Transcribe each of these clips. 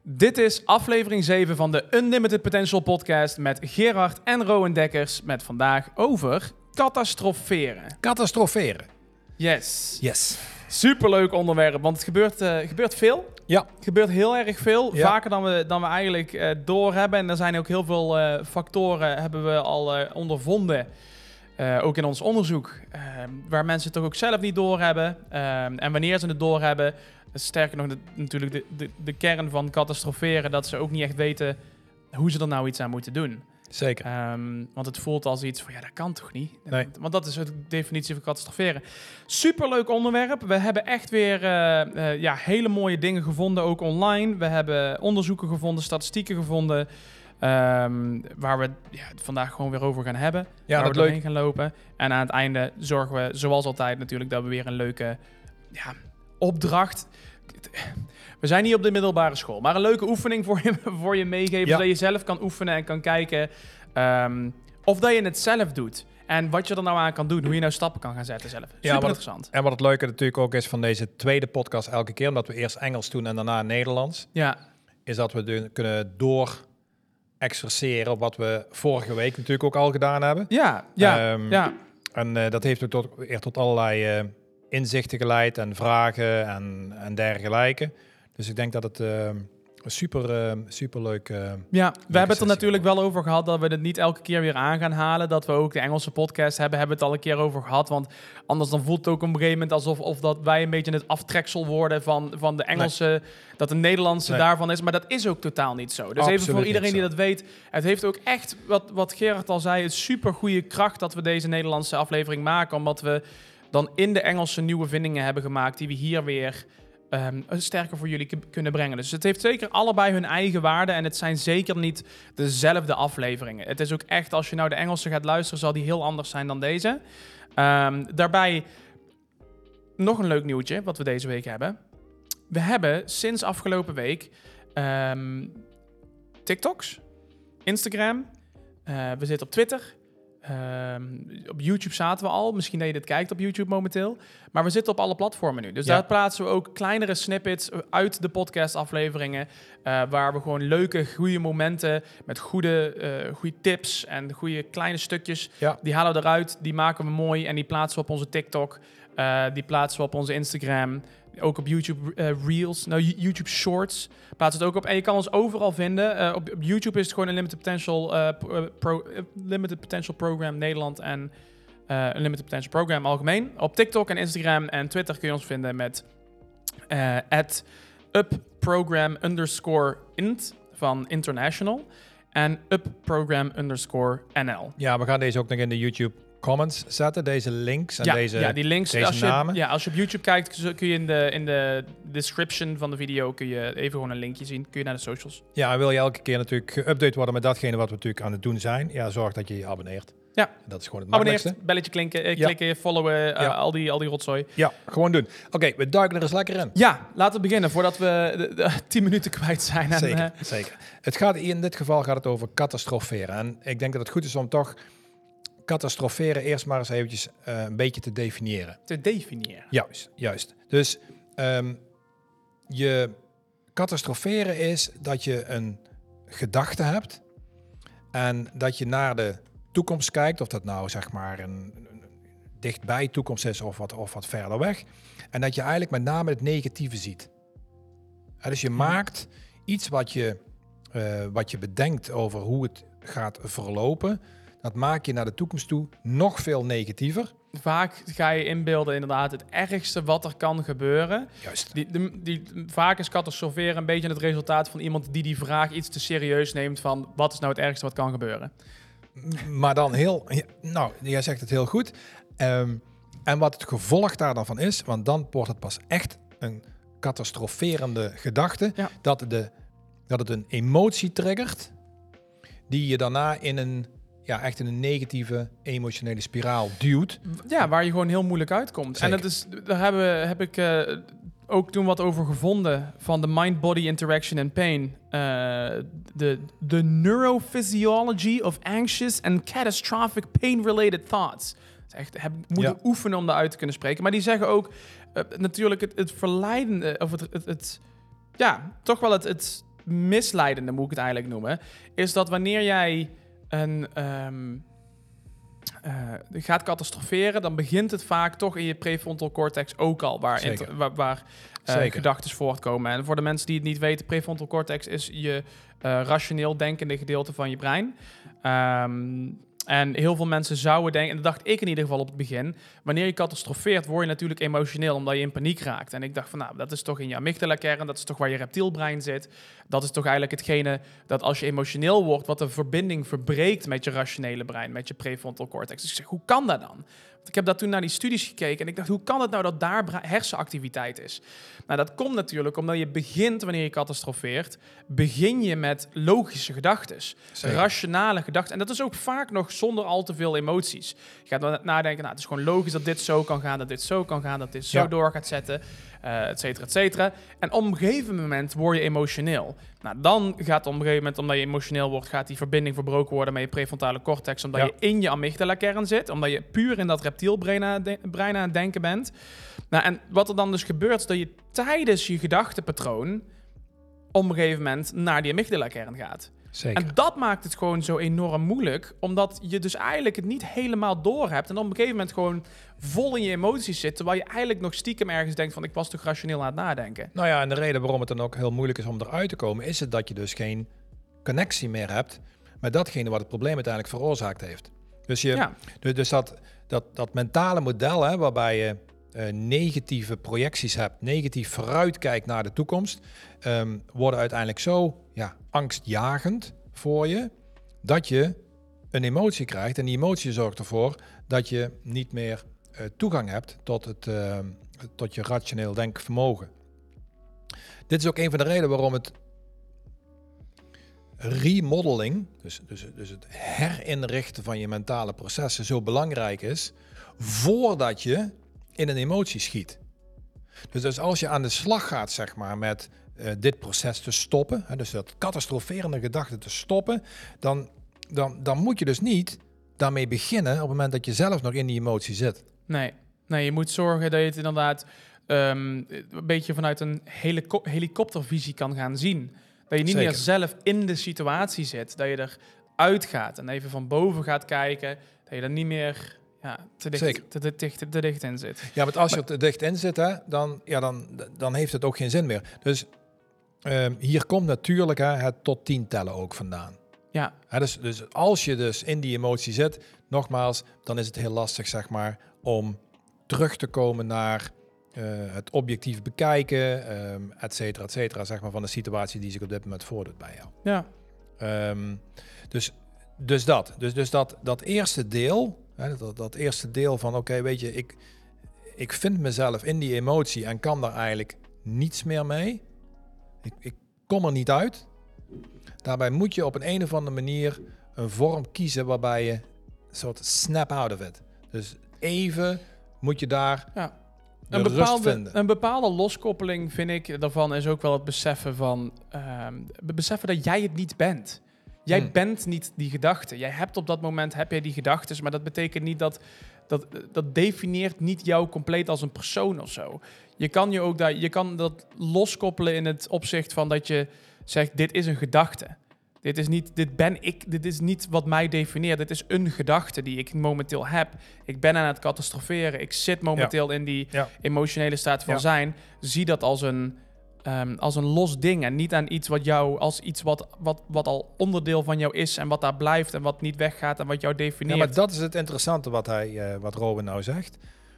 Dit is aflevering 7 van de Unlimited Potential podcast met Gerard en Rowan Dekkers met vandaag over catastroferen. Catastroferen. Yes. Superleuk onderwerp, want het gebeurt veel. Ja. Het gebeurt heel erg veel, Ja. vaker dan we eigenlijk doorhebben. En er zijn ook heel veel factoren hebben we al ondervonden. Ook in ons onderzoek, waar mensen het toch ook zelf niet doorhebben. En wanneer ze het doorhebben, sterker nog natuurlijk de kern van catastroferen, dat ze ook niet echt weten hoe ze er nou iets aan moeten doen. Zeker. Want het voelt als iets van, ja, dat kan toch niet? Nee. Want dat is de definitie van catastroferen. Superleuk onderwerp. We hebben echt weer hele mooie dingen gevonden, ook online. We hebben onderzoeken gevonden, statistieken gevonden, waar we het vandaag gewoon weer over gaan hebben. Ja, waar dat we doorheen leuk. gaan lopen. En aan het einde zorgen we, zoals altijd natuurlijk, dat we weer een leuke opdracht... We zijn niet op de middelbare school, maar een leuke oefening voor je meegeven, zodat je zelf kan oefenen en kan kijken of dat je het zelf doet. En wat je er nou aan kan doen, hoe je nou stappen kan gaan zetten zelf. Super interessant. En wat het leuke natuurlijk ook is van deze tweede podcast elke keer, omdat we eerst Engels doen en daarna Nederlands, is dat we kunnen door exerceren op wat we vorige week natuurlijk ook al gedaan hebben. Ja. En dat heeft ook tot allerlei inzichten geleid en vragen en dergelijke. Dus ik denk dat het super leuk. We hebben het er natuurlijk wel over gehad dat we het niet elke keer weer aan gaan halen. Dat we ook de Engelse podcast hebben we het al een keer over gehad. Want anders dan voelt het ook op een gegeven moment alsof dat wij een beetje het aftreksel worden van de Engelse, dat de Nederlandse daarvan is. Maar dat is ook totaal niet zo. Dus absoluut even voor iedereen die zo. dat weet, het heeft ook echt, wat Gerard al zei, een super goede kracht dat we deze Nederlandse aflevering maken. Omdat we dan in de Engelse nieuwe vindingen hebben gemaakt die we hier weer sterker voor jullie kunnen brengen. Dus het heeft zeker allebei hun eigen waarde en het zijn zeker niet dezelfde afleveringen. Het is ook echt, als je nou de Engelse gaat luisteren, zal die heel anders zijn dan deze. Daarbij nog een leuk nieuwtje wat we deze week hebben. We hebben sinds afgelopen week TikToks, Instagram, we zitten op Twitter. Op YouTube zaten we al. Misschien dat je dit kijkt op YouTube momenteel. Maar we zitten op alle platformen nu. Dus daar plaatsen we ook kleinere snippets uit de podcastafleveringen. Waar we gewoon leuke, goede momenten met goede tips en goede kleine stukjes. Ja. Die halen we eruit, die maken we mooi en die plaatsen we op onze TikTok. Die plaatsen we op onze Instagram. Ook op YouTube Reels. Nou, YouTube Shorts plaatst het ook op. En je kan ons overal vinden. Op YouTube is het gewoon een Limited Potential Program Nederland en een Limited Potential Program algemeen. Op TikTok en Instagram en Twitter kun je ons vinden met @upprogram_int van International en upprogram_NL. Ja, we gaan deze ook nog in de YouTube comments zetten, deze links en die links, deze namen. Als je op YouTube kijkt, kun je in de description van de video kun je even gewoon een linkje zien. Kun je naar de socials. Ja, en wil je elke keer natuurlijk geüpdate worden met datgene wat we natuurlijk aan het doen zijn, ja, zorg dat je je abonneert. Ja. Dat is gewoon het makkelijkste. Abonneer, belletje klikken, followen, al die rotzooi. Ja, gewoon doen. Oké, we duiken er eens lekker in. Ja, laten we beginnen voordat we de 10 minuten kwijt zijn. Zeker. In dit geval gaat het over catastroferen. En ik denk dat het goed is om toch catastroferen eerst maar eens eventjes een beetje te definiëren. Juist. Dus je catastroferen is dat je een gedachte hebt en dat je naar de toekomst kijkt, of dat nou zeg maar een dichtbij toekomst is of wat verder weg. En dat je eigenlijk met name het negatieve ziet. Dus je maakt iets wat je bedenkt over hoe het gaat verlopen, dat maak je naar de toekomst toe nog veel negatiever. Vaak ga je inbeelden inderdaad het ergste wat er kan gebeuren. Juist. Vaak is catastroferen een beetje het resultaat van iemand die vraag iets te serieus neemt van wat is nou het ergste wat kan gebeuren. Maar dan jij zegt het heel goed. En wat het gevolg daar dan van is, want dan wordt het pas echt een catastroferende gedachte, dat het een emotie triggert die je daarna echt in een negatieve emotionele spiraal duwt. Ja, waar je gewoon heel moeilijk uitkomt. Zeker. En daar heb ik ook toen wat over gevonden van de mind-body interaction and pain. The neurophysiology of anxious and catastrophic pain-related thoughts. Echt moeten oefenen om daaruit te kunnen spreken. Maar die zeggen ook natuurlijk het verleidende, of toch wel het misleidende, moet ik het eigenlijk noemen, is dat wanneer jij gaat catastroferen, dan begint het vaak toch in je prefrontal cortex ook al, waar gedachten voortkomen. En voor de mensen die het niet weten, prefrontal cortex is je rationeel denkende gedeelte van je brein. En heel veel mensen zouden denken, en dat dacht ik in ieder geval op het begin, wanneer je catastrofeert, word je natuurlijk emotioneel, omdat je in paniek raakt. En ik dacht van, nou, dat is toch in je amygdala-kern, dat is toch waar je reptielbrein zit. Dat is toch eigenlijk hetgene dat als je emotioneel wordt, wat de verbinding verbreekt met je rationele brein, met je prefrontal cortex. Dus ik zeg, hoe kan dat dan? Want ik heb daar toen naar die studies gekeken en ik dacht, hoe kan het nou dat daar hersenactiviteit is? Nou, dat komt natuurlijk omdat je begint, wanneer je catastrofeert, begin je met logische gedachten, rationale gedachten. En dat is ook vaak nog zonder al te veel emoties. Je gaat dan nadenken, nou, het is gewoon logisch dat dit zo kan gaan, dat dit zo kan gaan, dat dit zo door gaat zetten, et cetera, et cetera. En op een gegeven moment word je emotioneel. Nou, dan gaat op een gegeven moment, omdat je emotioneel wordt, gaat die verbinding verbroken worden met je prefrontale cortex, omdat je in je amygdala-kern zit, omdat je puur in dat reptielbrein aan het denken bent. Nou, en wat er dan dus gebeurt, is dat je tijdens je gedachtepatroon op een gegeven moment naar die amygdala-kern gaat. Zeker. En dat maakt het gewoon zo enorm moeilijk, omdat je dus eigenlijk het niet helemaal door hebt en op een gegeven moment gewoon vol in je emoties zit, terwijl je eigenlijk nog stiekem ergens denkt van, ik was toch rationeel aan het nadenken. Nou ja, en de reden waarom het dan ook heel moeilijk is om eruit te komen, is het dat je dus geen connectie meer hebt met datgene wat het probleem uiteindelijk veroorzaakt heeft. Dus, dus dat mentale model, hè, waarbij je negatieve projecties hebt, negatief vooruitkijkt naar de toekomst, worden uiteindelijk zo angstjagend voor je, dat je een emotie krijgt. En die emotie zorgt ervoor dat je niet meer toegang hebt tot je rationeel denkvermogen. Dit is ook een van de redenen waarom het remodeling, dus het herinrichten van je mentale processen zo belangrijk is, voordat je in een emotie schiet. Dus als je aan de slag gaat, zeg maar, met dit proces te stoppen, dus dat catastroferende gedachte te stoppen, dan moet je dus niet daarmee beginnen op het moment dat je zelf nog in die emotie zit. Nee, je moet zorgen dat je het inderdaad een beetje vanuit een helikoptervisie kan gaan zien. Dat je niet meer zelf in de situatie zit, dat je eruit gaat en even van boven gaat kijken, dat je er niet meer te dicht in zit. Ja, want als je er te dicht in zit, hè, dan heeft het ook geen zin meer. Dus hier komt natuurlijk het tot 10 tellen ook vandaan. Ja. Dus als je dus in die emotie zit, nogmaals, dan is het heel lastig, zeg maar, om terug te komen naar het objectief bekijken, et cetera, zeg maar, van de situatie die zich op dit moment voordoet bij jou. Ja. Dus dat eerste deel, dat eerste deel van, oké, weet je, ik vind mezelf in die emotie en kan daar eigenlijk niets meer mee. Ik kom er niet uit. Daarbij moet je op een of andere manier een vorm kiezen waarbij je een soort snap out of it. Dus even moet je daar rust vinden. Een bepaalde loskoppeling, vind ik, daarvan is ook wel het beseffen dat jij het niet bent. Jij bent niet die gedachte. Jij hebt op dat moment die gedachten, maar dat betekent niet dat definieert niet jou compleet als een persoon of zo. Je kan dat loskoppelen in het opzicht van dat je zegt, dit is een gedachte. Dit ben ik, dit is niet wat mij definieert. Dit is een gedachte die ik momenteel heb. Ik ben aan het catastroferen. Ik zit momenteel in die emotionele staat van zijn. Zie dat als een los ding en niet aan iets wat jou, als iets wat al onderdeel van jou is en wat daar blijft en wat niet weggaat en wat jou definieert. Ja, maar dat is het interessante wat Robin nou zegt.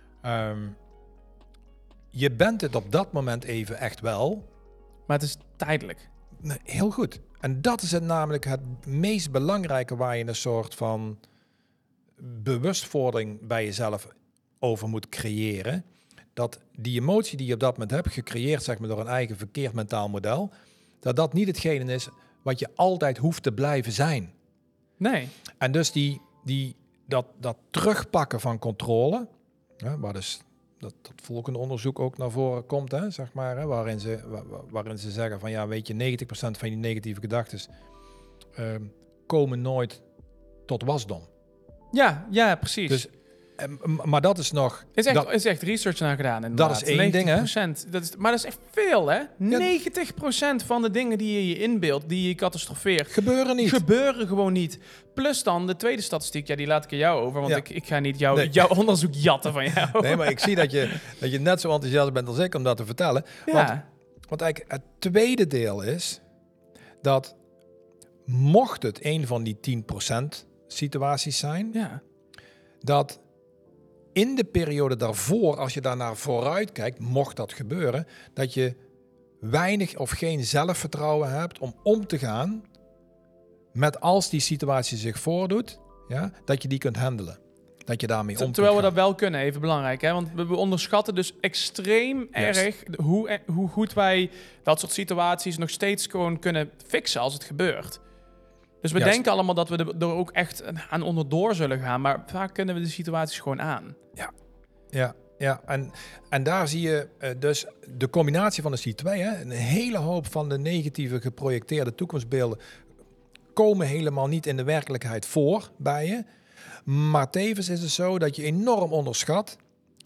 Je bent het op dat moment even echt wel. Maar het is tijdelijk. Nee, heel goed. En dat is het namelijk het meest belangrijke waar je een soort van bewustwording bij jezelf over moet creëren. Dat die emotie die je op dat moment hebt, gecreëerd zeg maar door een eigen verkeerd mentaal model, dat niet hetgene is wat je altijd hoeft te blijven zijn. Nee. En dus dat terugpakken van controle, waar dus dat volgende onderzoek ook naar voren komt, zeg maar, waarin ze zeggen van ja, weet je, 90% van die negatieve gedachten komen nooit tot wasdom. Ja, precies. Maar dat is nog... Is echt research naar gedaan, inderdaad. Dat is één ding, hè? Maar dat is echt veel, hè? 90% van de dingen die je inbeeldt, die je catastrofeert... Gebeuren gewoon niet. Plus dan de tweede statistiek, die laat ik aan jou over. Want ik ga niet jouw onderzoek jatten van jou. Nee, maar ik zie dat je net zo enthousiast bent als ik om dat te vertellen. Ja. Want eigenlijk het tweede deel is dat mocht het een van die 10% situaties zijn... Ja. Dat in de periode daarvoor, als je daar naar vooruit kijkt, mocht dat gebeuren, dat je weinig of geen zelfvertrouwen hebt om te gaan met als die situatie zich voordoet, dat je die kunt handelen. Dat je daarmee om Terwijl we dat wel kunnen, even belangrijk. Hè? Want we onderschatten dus extreem erg hoe goed wij dat soort situaties nog steeds gewoon kunnen fixen als het gebeurt. Dus we denken allemaal dat we er ook echt aan onderdoor zullen gaan. Maar vaak kunnen we de situaties gewoon aan. Ja. En daar zie je dus de combinatie van de C2. Hè? Een hele hoop van de negatieve geprojecteerde toekomstbeelden komen helemaal niet in de werkelijkheid voor bij je. Maar tevens is het zo dat je enorm onderschat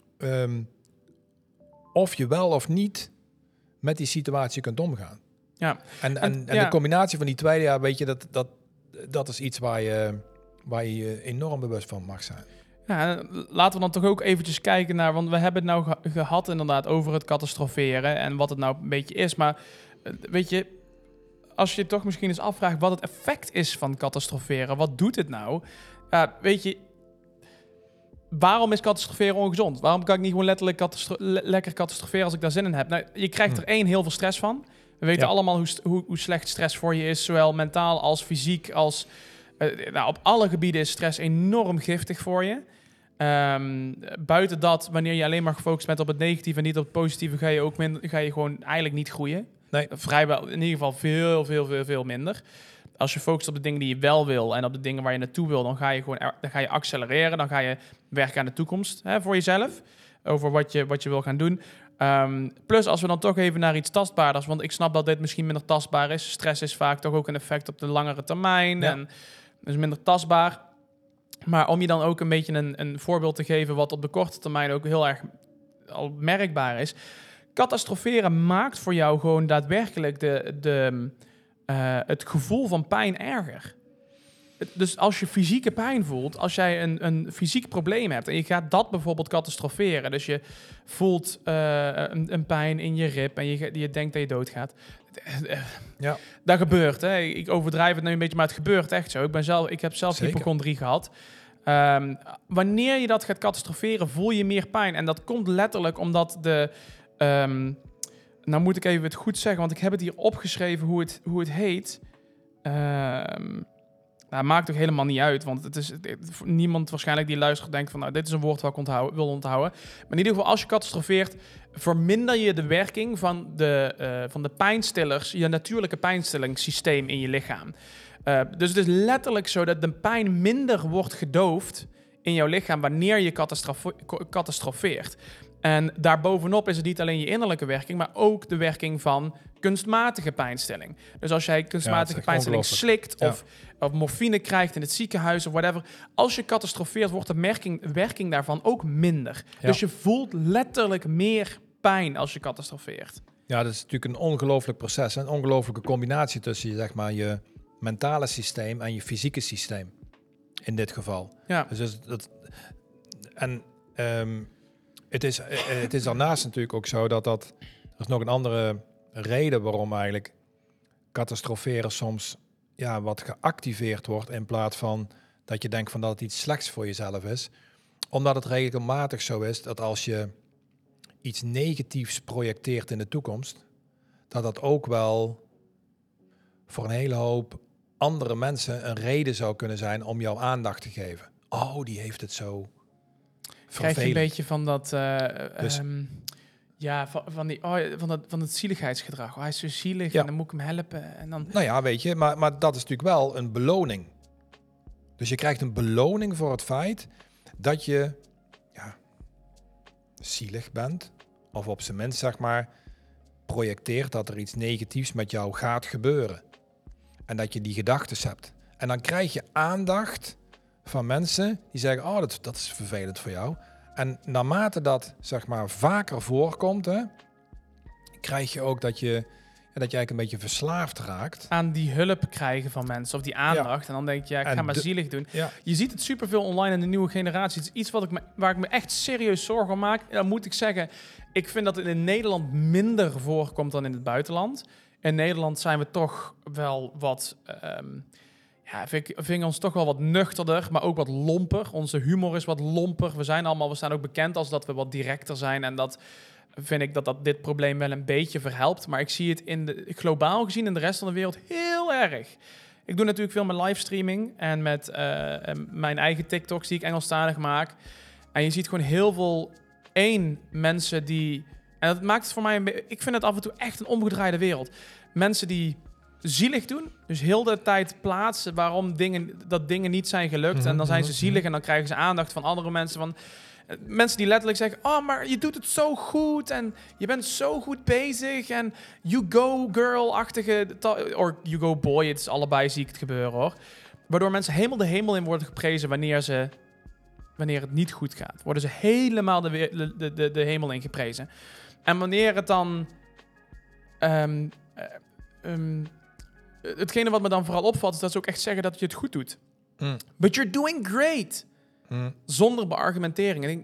of je wel of niet met die situatie kunt omgaan. Ja. En de combinatie van die twee, weet je, dat is iets waar je enorm bewust van mag zijn. Ja, laten we dan toch ook eventjes kijken naar... Want we hebben het nou gehad inderdaad over het catastroferen... en wat het nou een beetje is. Maar weet je, als je toch misschien eens afvraagt... wat het effect is van catastroferen, wat doet het nou? Weet je, waarom is catastroferen ongezond? Waarom kan ik niet gewoon letterlijk lekker catastroferen als ik daar zin in heb? Nou, je krijgt er heel veel stress van. We weten allemaal hoe slecht stress voor je is... zowel mentaal als fysiek als... op alle gebieden is stress enorm giftig voor je. Buiten dat, wanneer je alleen maar gefocust bent op het negatieve en niet op het positieve, ga je gewoon eigenlijk niet groeien. Nee. Vrijwel, in ieder geval veel minder. Als je focust op de dingen die je wel wil en op de dingen waar je naartoe wil, dan ga je accelereren. Dan ga je werken aan de toekomst voor jezelf. Over wat je wil gaan doen. Plus, als we dan toch even naar iets tastbaarders, want ik snap dat dit misschien minder tastbaar is. Stress is vaak toch ook een effect op de langere termijn. Ja. En dus minder tastbaar. Maar om je dan ook een beetje een voorbeeld te geven wat op de korte termijn ook heel erg al merkbaar is. Catastroferen maakt voor jou gewoon daadwerkelijk het gevoel van pijn erger. Dus als je fysieke pijn voelt, als jij een fysiek probleem hebt en je gaat dat bijvoorbeeld catastroferen, dus je voelt een pijn in je rib en je denkt dat je doodgaat. Ja. Dat gebeurt. Hè? Ik overdrijf het nu een beetje, maar het gebeurt echt zo. Ik heb zelf hypochondrie gehad. Wanneer je dat gaat catastroferen, voel je meer pijn. En dat komt letterlijk omdat nou moet ik even het goed zeggen, want ik heb het hier opgeschreven hoe het heet. Nou, maakt ook helemaal niet uit, want het is niemand waarschijnlijk die luistert denkt van, nou, dit is een woord wat ik wil onthouden. Maar in ieder geval, als je catastrofeert, verminder je de werking van de pijnstillers, je natuurlijke pijnstillingssysteem in je lichaam. Dus het is letterlijk zo dat de pijn minder wordt gedoofd in jouw lichaam wanneer je catastrofeert. En daarbovenop is het niet alleen je innerlijke werking, maar ook de werking van kunstmatige pijnstilling. Dus als jij kunstmatige pijnstilling slikt of morfine krijgt in het ziekenhuis of whatever, als je catastrofeert, wordt de werking daarvan ook minder. Ja. Dus je voelt letterlijk meer pijn als je catastrofeert. Ja, dat is natuurlijk een ongelooflijk proces. Een ongelooflijke combinatie tussen zeg maar, je mentale systeem en je fysieke systeem. In dit geval. Ja. Dus het is daarnaast natuurlijk ook zo dat er is nog een andere reden waarom eigenlijk catastroferen soms wat geactiveerd wordt in plaats van dat je denkt van dat het iets slechts voor jezelf is. Omdat het regelmatig zo is dat als je iets negatiefs projecteert in de toekomst, dat ook wel voor een hele hoop andere mensen een reden zou kunnen zijn om jouw aandacht te geven. Oh, die heeft het zo vervelend. Krijg je een beetje van dat... van het zieligheidsgedrag. Oh, hij is zo zielig en dan moet ik hem helpen. En dan... Nou ja, weet je, maar dat is natuurlijk wel een beloning. Dus je krijgt een beloning voor het feit dat je zielig bent. Of op zijn minst, zeg maar, projecteert dat er iets negatiefs met jou gaat gebeuren. En dat je die gedachtes hebt. En dan krijg je aandacht van mensen die zeggen, oh, dat is vervelend voor jou. En naarmate dat, zeg maar, vaker voorkomt, hè, krijg je ook dat je eigenlijk een beetje verslaafd raakt. Aan die hulp krijgen van mensen, of die aandacht. En dan denk je, ik ga maar zielig doen. Ja. Je ziet het superveel online in de nieuwe generatie. Het is iets waar ik me echt serieus zorgen om maak. Dan moet ik zeggen, ik vind dat het in Nederland minder voorkomt dan in het buitenland. In Nederland zijn we toch wel wat... vind ons toch wel wat nuchterder, maar ook wat lomper. Onze humor is wat lomper. We staan ook bekend als dat we wat directer zijn. En dat vind ik dat dit probleem wel een beetje verhelpt. Maar ik zie het globaal gezien in de rest van de wereld heel erg. Ik doe natuurlijk veel met livestreaming en met mijn eigen TikToks die ik Engelstalig maak. En je ziet gewoon heel veel mensen die... En dat maakt het voor mij ik vind het af en toe echt een omgedraaide wereld. Mensen die zielig doen, dus heel de tijd plaatsen waarom dingen niet zijn gelukt. En dan zijn ze zielig en dan krijgen ze aandacht van andere mensen. Mensen die letterlijk zeggen, oh, maar je doet het zo goed en je bent zo goed bezig en you go girl-achtige, or you go boy, het is allebei zie ik het gebeuren hoor. Waardoor mensen helemaal de hemel in worden geprezen wanneer het niet goed gaat. Worden ze helemaal de hemel in geprezen. En wanneer het dan... hetgene wat me dan vooral opvalt, is dat ze ook echt zeggen dat je het goed doet. But you're doing great. Zonder beargumentering. En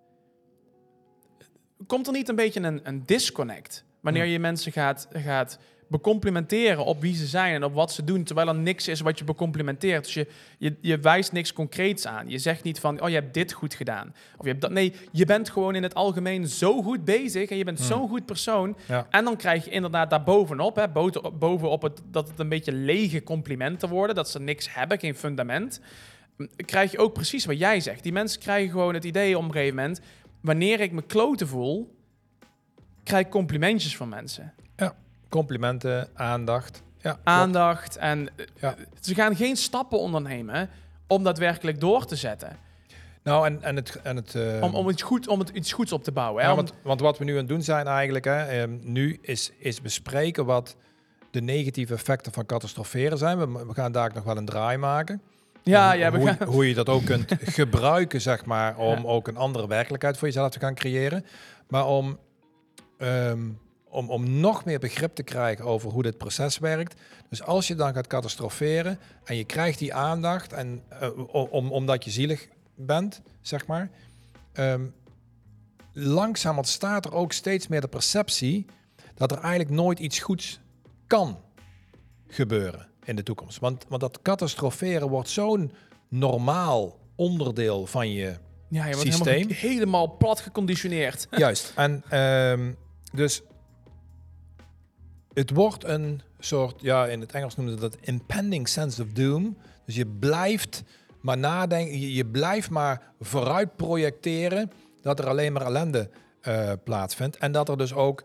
komt er niet een beetje een disconnect? Wanneer je mensen gaat becomplimenteren op wie ze zijn en op wat ze doen, terwijl er niks is wat je becomplimenteert. Dus je wijst niks concreets aan. Je zegt niet van, oh, je hebt dit goed gedaan. Of je hebt dat. Nee, je bent gewoon in het algemeen zo goed bezig en je bent zo'n goed persoon. Ja. En dan krijg je inderdaad daarbovenop, bovenop dat het een beetje lege complimenten worden, dat ze niks hebben, geen fundament. Krijg je ook precies wat jij zegt. Die mensen krijgen gewoon het idee op een gegeven moment, wanneer ik me kloten voel, krijg ik complimentjes van mensen. Ja, complimenten, aandacht. Ja, aandacht en ze gaan geen stappen ondernemen om daadwerkelijk door te zetten. Nou, om iets goeds op te bouwen. Hè? Ja, want wat we nu aan het doen zijn eigenlijk, nu is bespreken wat de negatieve effecten van catastroferen zijn. We gaan daar nog wel een draai maken. Hoe je dat ook kunt gebruiken, zeg maar, om ook een andere werkelijkheid voor jezelf te gaan creëren. Maar om nog meer begrip te krijgen over hoe dit proces werkt. Dus als je dan gaat catastroferen en je krijgt die aandacht en omdat je zielig bent, zeg maar, langzaam ontstaat er ook steeds meer de perceptie dat er eigenlijk nooit iets goeds kan gebeuren in de toekomst. Want dat catastroferen wordt zo'n normaal onderdeel van je systeem. Wordt helemaal plat geconditioneerd. Juist. En dus het wordt een soort, in het Engels noemen ze dat impending sense of doom. Dus je blijft maar nadenken, je blijft maar vooruit projecteren dat er alleen maar ellende plaatsvindt. En dat er dus ook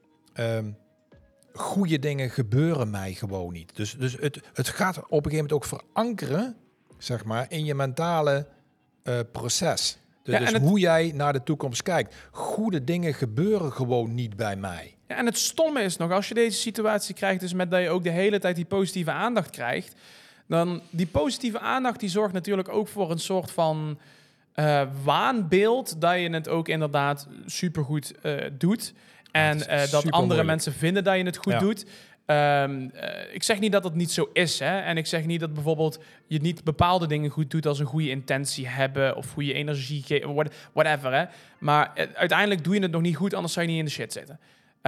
goede dingen gebeuren mij gewoon niet. Dus het gaat op een gegeven moment ook verankeren, zeg maar, in je mentale proces. Dus hoe jij naar de toekomst kijkt. Goede dingen gebeuren gewoon niet bij mij. Ja, en het stomme is nog, als je deze situatie krijgt, dus met dat je ook de hele tijd die positieve aandacht krijgt, dan die positieve aandacht die zorgt natuurlijk ook voor een soort van waanbeeld dat je het ook inderdaad supergoed doet. En dat andere mensen vinden dat je het goed doet. Ik zeg niet dat het niet zo is. Hè? En ik zeg niet dat bijvoorbeeld je niet bepaalde dingen goed doet als een goede intentie hebben of goede energie geven, whatever. Hè? Maar uiteindelijk doe je het nog niet goed, anders zou je niet in de shit zitten.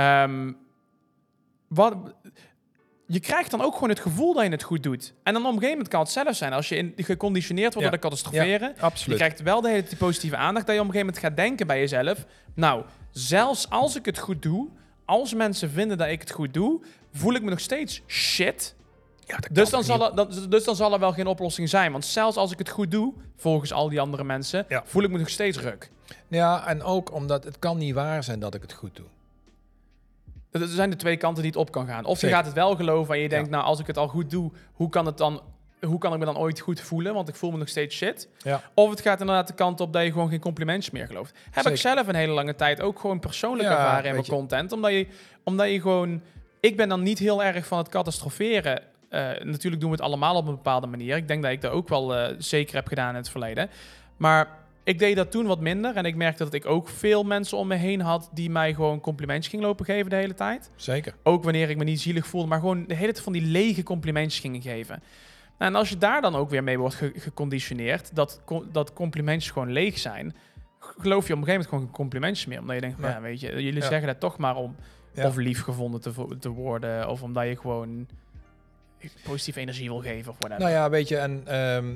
Je krijgt dan ook gewoon het gevoel dat je het goed doet. En dan op een gegeven moment kan het zelf zijn. Als je geconditioneerd wordt door de catastroferen, je krijgt wel de hele tijd positieve aandacht, dat je op een gegeven moment gaat denken bij jezelf, nou, zelfs als ik het goed doe, als mensen vinden dat ik het goed doe, voel ik me nog steeds shit. Ja, dus dan zal er wel geen oplossing zijn. Want zelfs als ik het goed doe, volgens al die andere mensen, voel ik me nog steeds ruk. Ja, en ook omdat het kan niet waar zijn dat ik het goed doe. Er zijn de twee kanten die het op kan gaan. Of je gaat het wel geloven en je denkt, nou, als ik het al goed doe, hoe kan ik me dan ooit goed voelen? Want ik voel me nog steeds shit. Ja. Of het gaat inderdaad de kant op dat je gewoon geen complimentjes meer gelooft. Heb ik zelf een hele lange tijd ook gewoon persoonlijk ervaren in mijn content. Omdat je gewoon... Ik ben dan niet heel erg van het catastroferen. natuurlijk doen we het allemaal op een bepaalde manier. Ik denk dat ik dat ook wel zeker heb gedaan in het verleden. Maar ik deed dat toen wat minder. En ik merkte dat ik ook veel mensen om me heen had die mij gewoon complimentjes gingen lopen geven de hele tijd. Zeker. Ook wanneer ik me niet zielig voelde, maar gewoon de hele tijd van die lege complimentjes gingen geven. Nou, en als je daar dan ook weer mee wordt geconditioneerd, dat complimentjes gewoon leeg zijn, geloof je op een gegeven moment gewoon geen complimentjes meer. Omdat je denkt, ja, weet je, jullie zeggen dat toch maar om of lief gevonden te worden, of omdat je gewoon positieve energie wil geven of whatever. Nou ja, weet je, en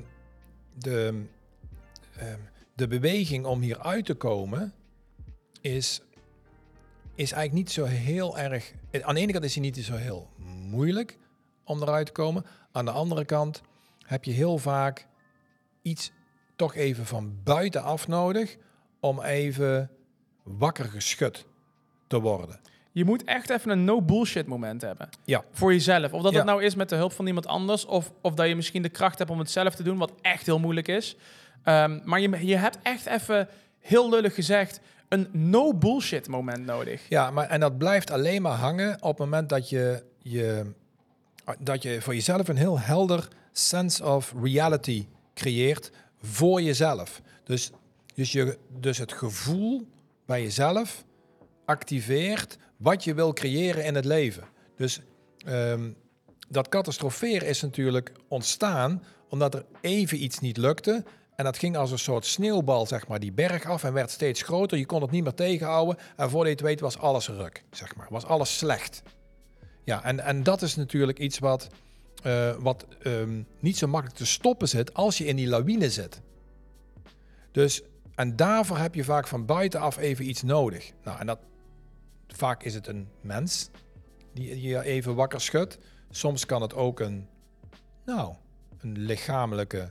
de beweging om hier uit te komen is eigenlijk niet zo heel erg... Aan de ene kant is hij niet zo heel moeilijk om eruit te komen. Aan de andere kant heb je heel vaak iets toch even van buitenaf nodig om even wakker geschud te worden. Je moet echt even een no-bullshit moment hebben. Ja. Voor jezelf. Of dat het nou is met de hulp van iemand anders, of dat je misschien de kracht hebt om het zelf te doen, wat echt heel moeilijk is. Maar je hebt echt even, heel lullig gezegd, een no-bullshit moment nodig. Ja, en dat blijft alleen maar hangen op het moment dat je voor jezelf een heel helder sense of reality creëert voor jezelf. Dus het gevoel bij jezelf activeert wat je wil creëren in het leven. Dus dat catastroferen is natuurlijk ontstaan omdat er even iets niet lukte. En dat ging als een soort sneeuwbal, zeg maar, die berg af en werd steeds groter. Je kon het niet meer tegenhouden. En voordat je het weet was alles ruk, zeg maar. Was alles slecht. Ja, en dat is natuurlijk iets wat niet zo makkelijk te stoppen zit als je in die lawine zit. Dus, en daarvoor heb je vaak van buitenaf even iets nodig. Nou, en vaak is het een mens die je even wakker schudt. Soms kan het ook een lichamelijke,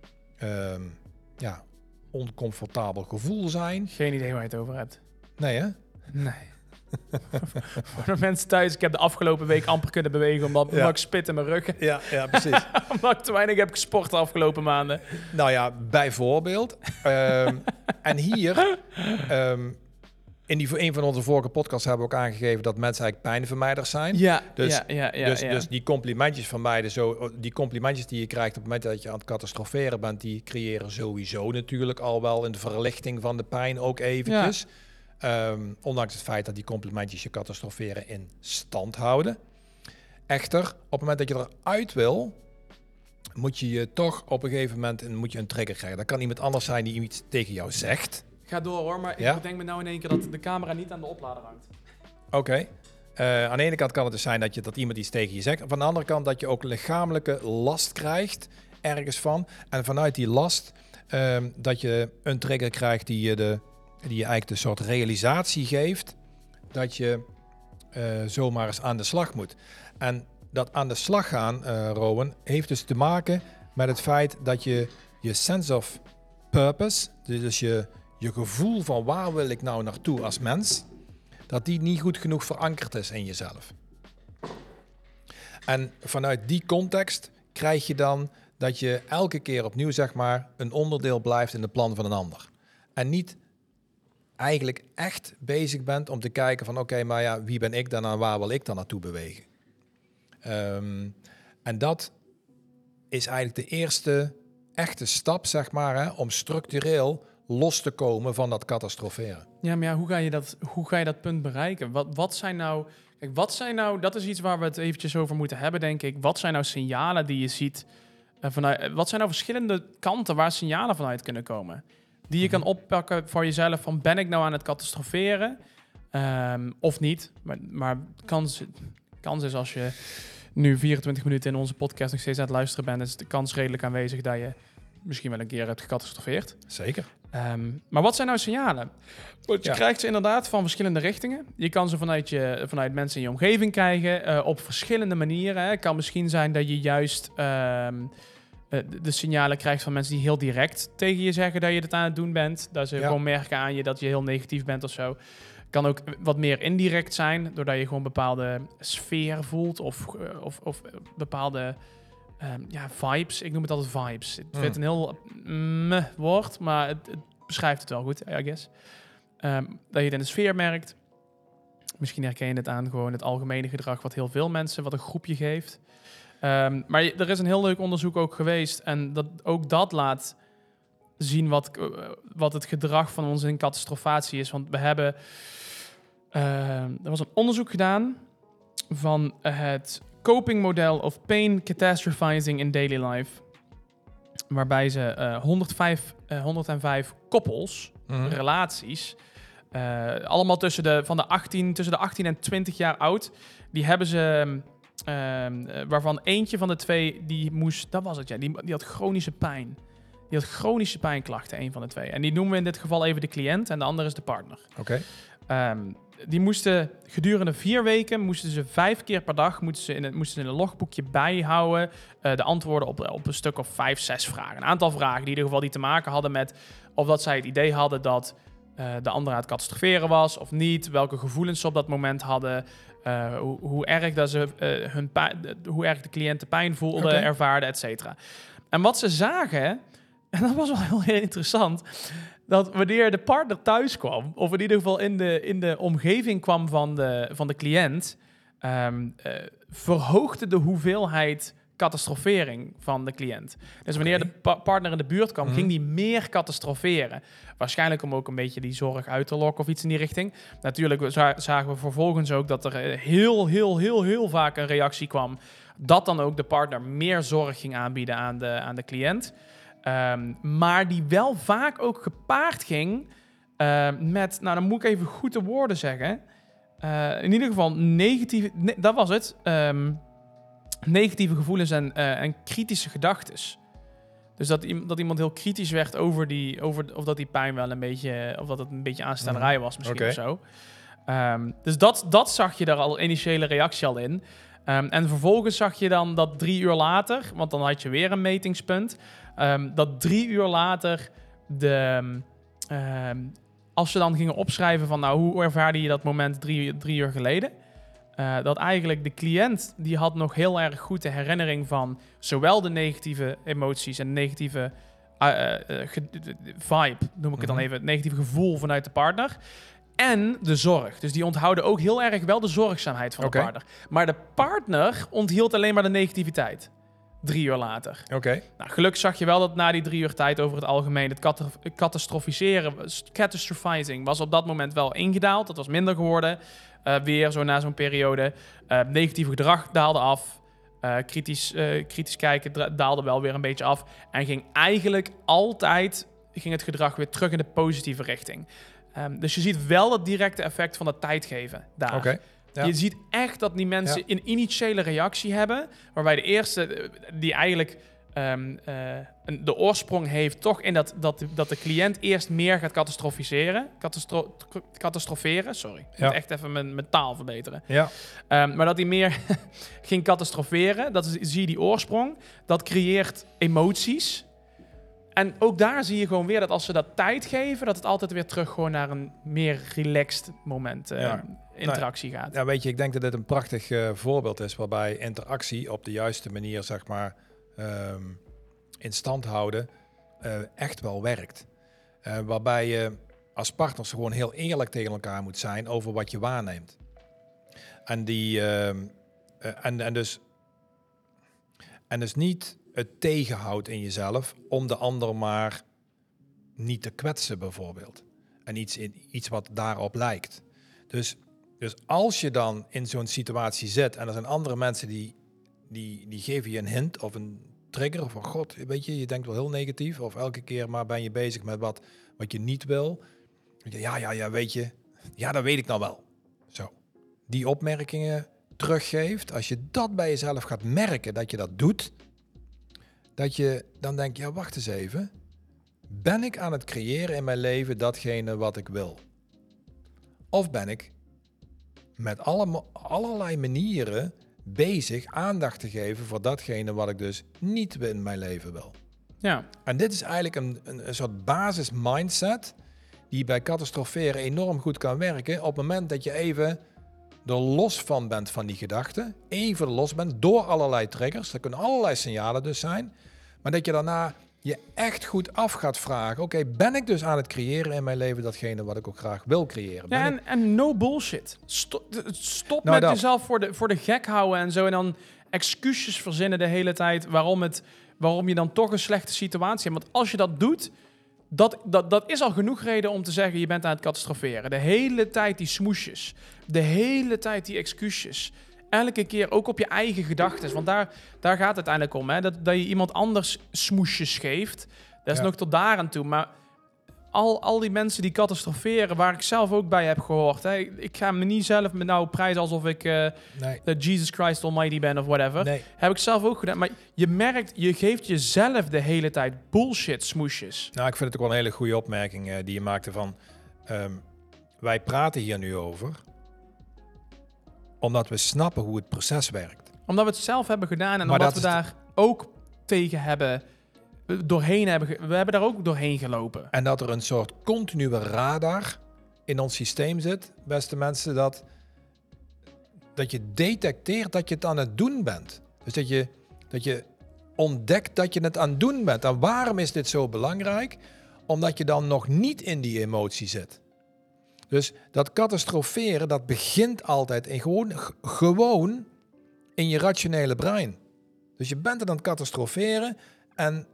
oncomfortabel gevoel zijn. Geen idee waar je het over hebt. Nee, hè? Nee. Voor de mensen thuis, ik heb de afgelopen week amper kunnen bewegen omdat ik spit in mijn rug. Ja, precies. Omdat ik te weinig heb gesport de afgelopen maanden. Nou ja, bijvoorbeeld. En hier, in een van onze vorige podcasts hebben we ook aangegeven dat mensen eigenlijk pijnvermijders zijn. Dus die complimentjes van mij, die complimentjes die je krijgt op het moment dat je aan het catastroferen bent, die creëren sowieso natuurlijk al wel een verlichting van de pijn ook eventjes. Ja. Ondanks het feit dat die complimentjes je catastroferen in stand houden. Echter, op het moment dat je eruit wil, moet je je toch op een gegeven moment een trigger krijgen. Dat kan iemand anders zijn die iets tegen jou zegt. Ga door hoor, maar ik denk me nou in één keer dat de camera niet aan de oplader hangt. Oké. Aan de ene kant kan het dus zijn dat iemand iets tegen je zegt. Van de andere kant dat je ook lichamelijke last krijgt ergens van. En vanuit die last dat je een trigger krijgt die je eigenlijk de soort realisatie geeft dat je zomaar eens aan de slag moet. En dat aan de slag gaan, Rowan, heeft dus te maken met het feit dat je sense of purpose, dus je gevoel van waar wil ik nou naartoe als mens, dat die niet goed genoeg verankerd is in jezelf. En vanuit die context krijg je dan dat je elke keer opnieuw, zeg maar, een onderdeel blijft in de plan van een ander. En niet eigenlijk echt bezig bent om te kijken van oké, maar ja, wie ben ik dan en waar wil ik dan naartoe bewegen? En dat is eigenlijk de eerste echte stap, zeg maar, om structureel los te komen van dat catastroferen. Ja, maar hoe ga je dat punt bereiken? Wat zijn nou, dat is iets waar we het eventjes over moeten hebben, denk ik. Wat zijn nou signalen die je ziet wat zijn nou verschillende kanten waar signalen vanuit kunnen komen? Die je kan oppakken voor jezelf van ben ik nou aan het catastroferen of niet? Maar kans is als je nu 24 minuten in onze podcast nog steeds aan het luisteren bent, is de kans redelijk aanwezig dat je misschien wel een keer hebt gecatastrofeerd. Zeker. Maar wat zijn nou signalen? Want je krijgt ze inderdaad van verschillende richtingen. Je kan ze vanuit mensen in je omgeving krijgen op verschillende manieren. Het kan misschien zijn dat je juist de signalen krijgt van mensen die heel direct tegen je zeggen dat je het aan het doen bent. Dat ze gewoon merken aan je dat je heel negatief bent of zo. Kan ook wat meer indirect zijn, doordat je gewoon bepaalde sfeer voelt of bepaalde vibes. Ik noem het altijd vibes. Ik vind het een heel woord, maar het beschrijft het wel goed, I guess. Dat je het in de sfeer merkt. Misschien herken je het aan gewoon het algemene gedrag wat heel veel mensen, wat een groepje geeft. Maar er is een heel leuk onderzoek ook geweest. En dat laat zien wat het gedrag van ons in catastrofatie is. Want we hebben... er was een onderzoek gedaan van het coping model of pain catastrophizing in daily life. Waarbij ze 105 koppels, relaties... allemaal tussen de 18 en 20 jaar oud. Die hebben ze... waarvan eentje van de twee, dat was het, ja. Die had chronische pijn. Die had chronische pijnklachten, een van de twee. En die noemen we in dit geval even de cliënt en de andere is de partner. Oké. Die moesten gedurende 4 weken, 5 keer per dag, moesten ze in een logboekje bijhouden. De antwoorden op een stuk of 5, 6 vragen. Een aantal vragen die in ieder geval die te maken hadden met of dat zij het idee hadden dat de ander aan het catastroferen was of niet. Welke gevoelens ze op dat moment hadden. Hoe erg de cliënt de pijn voelde, ervaarde, et cetera. En wat ze zagen, en dat was wel heel interessant, dat wanneer de partner thuis kwam, of in ieder geval in de omgeving kwam van de cliënt, verhoogde de hoeveelheid catastrofering van de cliënt. Dus wanneer de partner in de buurt kwam, ging die meer catastroferen. Waarschijnlijk om ook een beetje die zorg uit te lokken of iets in die richting. Natuurlijk zagen we vervolgens ook dat er heel vaak een reactie kwam dat dan ook de partner meer zorg ging aanbieden aan de cliënt. Maar die wel vaak ook gepaard ging met, nou dan moet ik even goed de woorden zeggen. In ieder geval dat was het. Negatieve gevoelens en kritische gedachtes. Dus dat iemand heel kritisch werd over of dat die pijn wel een beetje, of dat het een beetje aanstellerij was misschien of zo. Dus dat zag je daar al, initiële reactie al in. En vervolgens zag je dan dat 3 uur later, want dan had je weer een metingspunt, dat 3 uur later als ze dan gingen opschrijven van nou, hoe ervaarde je dat moment 3 uur geleden? Dat eigenlijk de cliënt, die had nog heel erg goed de herinnering van zowel de negatieve emoties en de negatieve vibe, noem ik het dan even, het negatieve gevoel vanuit de partner. En de zorg. Dus die onthouden ook heel erg wel de zorgzaamheid van de partner. Maar de partner onthield alleen maar de negativiteit. 3 uur later. Oké. Nou, gelukkig zag je wel dat na die 3 uur tijd over het algemeen het catastrophizing was op dat moment wel ingedaald. Dat was minder geworden. Weer zo na zo'n periode. Negatief gedrag daalde af. Kritisch kijken daalde wel weer een beetje af. En ging eigenlijk altijd het gedrag weer terug in de positieve richting. Dus je ziet wel het directe effect van dat tijd geven daar. Okay, ja. Je ziet echt dat die mensen een initiële reactie hebben, waarbij de eerste die eigenlijk de oorsprong heeft toch in dat de cliënt eerst meer gaat catastroferen. Sorry, ik moet echt even mijn taal verbeteren. Ja. Maar dat hij meer ging catastroferen, zie je die oorsprong. Dat creëert emoties. En ook daar zie je gewoon weer dat als ze dat tijd geven, dat het altijd weer terug gewoon naar een meer relaxed moment interactie gaat. Ja, weet je, ik denk dat dit een prachtig voorbeeld is waarbij interactie op de juiste manier, zeg maar, in stand houden, echt wel werkt. Waarbij je als partners gewoon heel eerlijk tegen elkaar moet zijn over wat je waarneemt. En dus niet het tegenhoudt in jezelf om de ander maar niet te kwetsen bijvoorbeeld. En iets wat daarop lijkt. Dus als je dan in zo'n situatie zit en er zijn andere mensen die geven je een hint of een trigger van god, weet je denkt wel heel negatief of elke keer maar ben je bezig met wat je niet wil. Ja, weet je, ja, dat weet ik nou wel. Zo. Die opmerkingen teruggeeft, als je dat bij jezelf gaat merken dat je dat doet, dat je dan denkt, ja, wacht eens even. Ben ik aan het creëren in mijn leven datgene wat ik wil? Of ben ik met allerlei manieren bezig aandacht te geven voor datgene wat ik dus niet in mijn leven wil? Ja. En dit is eigenlijk een soort basis mindset die bij catastroferen enorm goed kan werken op het moment dat je even er los van bent van die gedachten, even los bent door allerlei triggers. Er kunnen allerlei signalen dus zijn. Maar dat je daarna je echt goed af gaat vragen. Oké, ben ik dus aan het creëren in mijn leven datgene wat ik ook graag wil creëren? En no bullshit. Stop met jezelf voor de gek houden en zo. En dan excuses verzinnen de hele tijd waarom je dan toch een slechte situatie hebt. Want als je dat doet, dat is al genoeg reden om te zeggen je bent aan het catastroferen. De hele tijd die smoesjes. De hele tijd die excuses. Elke keer ook op je eigen gedachten. Want daar gaat het uiteindelijk om. Hè? Dat je iemand anders smoesjes geeft. Dat is nog tot daar aan toe. Maar al die mensen die catastroferen, waar ik zelf ook bij heb gehoord. Hè? Ik ga me niet zelf met nou prijzen alsof ik de Jesus Christ Almighty ben of whatever. Nee. Heb ik zelf ook gedaan. Maar je merkt, je geeft jezelf de hele tijd bullshit smoesjes. Nou, ik vind het ook wel een hele goede opmerking die je maakte van... wij praten hier nu over... omdat we snappen hoe het proces werkt. Omdat we het zelf hebben gedaan en omdat we daar ook tegen hebben... We hebben daar ook doorheen gelopen. En dat er een soort continue radar in ons systeem zit, beste mensen, dat je detecteert dat je het aan het doen bent. Dus dat je ontdekt dat je het aan het doen bent. En waarom is dit zo belangrijk? Omdat je dan nog niet in die emotie zit. Dus dat catastroferen, dat begint altijd in gewoon in je rationele brein. Dus je bent het aan het catastroferen en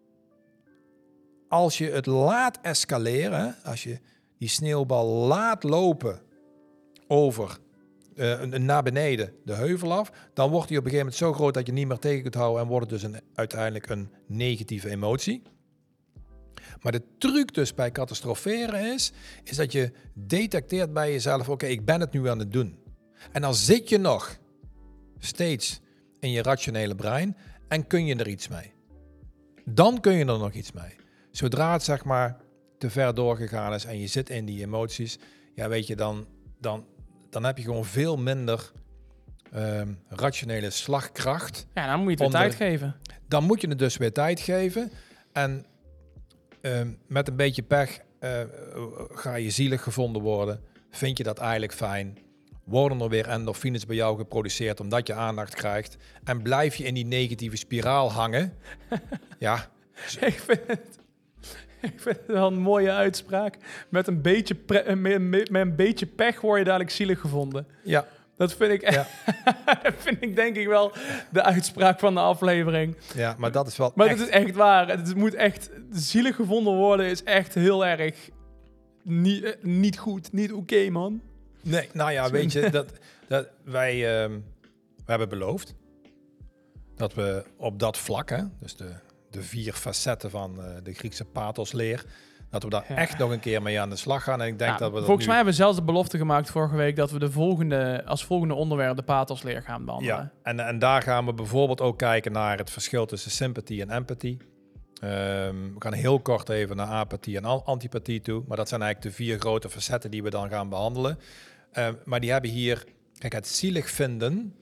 als je het laat escaleren, als je die sneeuwbal laat lopen over naar beneden de heuvel af, dan wordt die op een gegeven moment zo groot dat je niet meer tegen kunt houden en wordt het dus uiteindelijk een negatieve emotie. Maar de truc dus bij catastroferen is dat je detecteert bij jezelf, oké, ik ben het nu aan het doen. En dan zit je nog steeds in je rationele brein en kun je er iets mee. Dan kun je er nog iets mee. Zodra het zeg maar te ver doorgegaan is en je zit in die emoties, ja weet je, dan heb je gewoon veel minder rationele slagkracht. Ja, dan moet je het weer tijd geven. Dan moet je het dus weer tijd geven. En met een beetje pech ga je zielig gevonden worden. Vind je dat eigenlijk fijn? Worden er weer endorfines bij jou geproduceerd omdat je aandacht krijgt? En blijf je in die negatieve spiraal hangen? Ja. Ik vind het wel een mooie uitspraak. Met een beetje pech word je dadelijk zielig gevonden. Ja. Dat vind ik, dat vind ik denk ik wel de uitspraak van de aflevering. Ja, maar dat is wel Maar het is echt waar. Het moet echt... Zielig gevonden worden is echt heel erg niet goed. Niet oké, man. Nee, nou ja, weet je, dat wij hebben beloofd dat we op dat vlak, hè, dus de 4 facetten van de Griekse pathosleer, dat we daar echt nog een keer mee aan de slag gaan. En ik denk dat we volgens mij hebben we zelfs de belofte gemaakt vorige week dat we als volgende onderwerp de pathosleer gaan behandelen. Ja, en daar gaan we bijvoorbeeld ook kijken naar het verschil tussen sympathie en empathie. We gaan heel kort even naar apathie en antipathie toe. Maar dat zijn eigenlijk de 4 grote facetten die we dan gaan behandelen. Maar die hebben hier... Kijk, het zielig vinden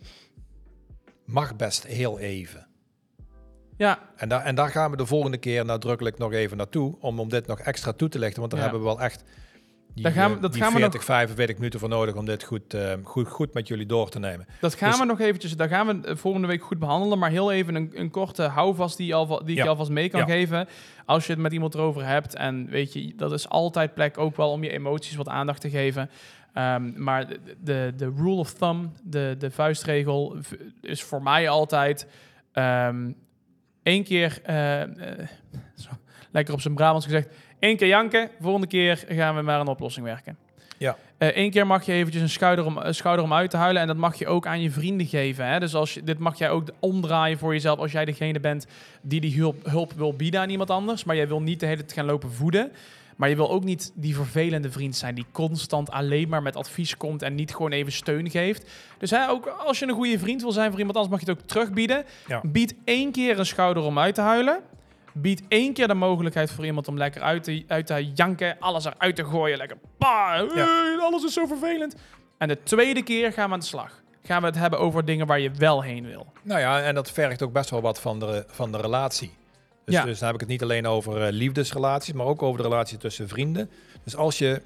mag best heel even. Ja. En daar gaan we de volgende keer nadrukkelijk nog even naartoe. Om dit nog extra toe te lichten. Want daar hebben we wel echt die 45 minuten voor nodig om dit goed met jullie door te nemen. Dat gaan we nog eventjes, daar gaan we volgende week goed behandelen. Maar heel even een korte houvast die ik je alvast mee kan geven. Als je het met iemand erover hebt. En weet je, dat is altijd plek ook wel om je emoties wat aandacht te geven. Maar de rule of thumb, de vuistregel, is voor mij altijd 1 keer, lekker op zijn Brabants gezegd, 1 keer janken, volgende keer gaan we maar een oplossing werken. Ja. 1 keer mag je eventjes een schouder om uit te huilen en dat mag je ook aan je vrienden geven. Hè? Dus dit mag jij ook omdraaien voor jezelf als jij degene bent die hulp wil bieden aan iemand anders, maar jij wil niet de hele tijd gaan lopen voeden. Maar je wil ook niet die vervelende vriend zijn die constant alleen maar met advies komt en niet gewoon even steun geeft. Dus ook als je een goede vriend wil zijn voor iemand anders, mag je het ook terugbieden. Ja. Bied 1 keer een schouder om uit te huilen. Bied 1 keer de mogelijkheid voor iemand om lekker uit te janken, alles eruit te gooien. Lekker, alles is zo vervelend. En de 2e keer gaan we aan de slag. Gaan we het hebben over dingen waar je wel heen wil. Nou ja, en dat vergt ook best wel wat van de relatie. Dus dan heb ik het niet alleen over liefdesrelaties, maar ook over de relatie tussen vrienden. Dus als je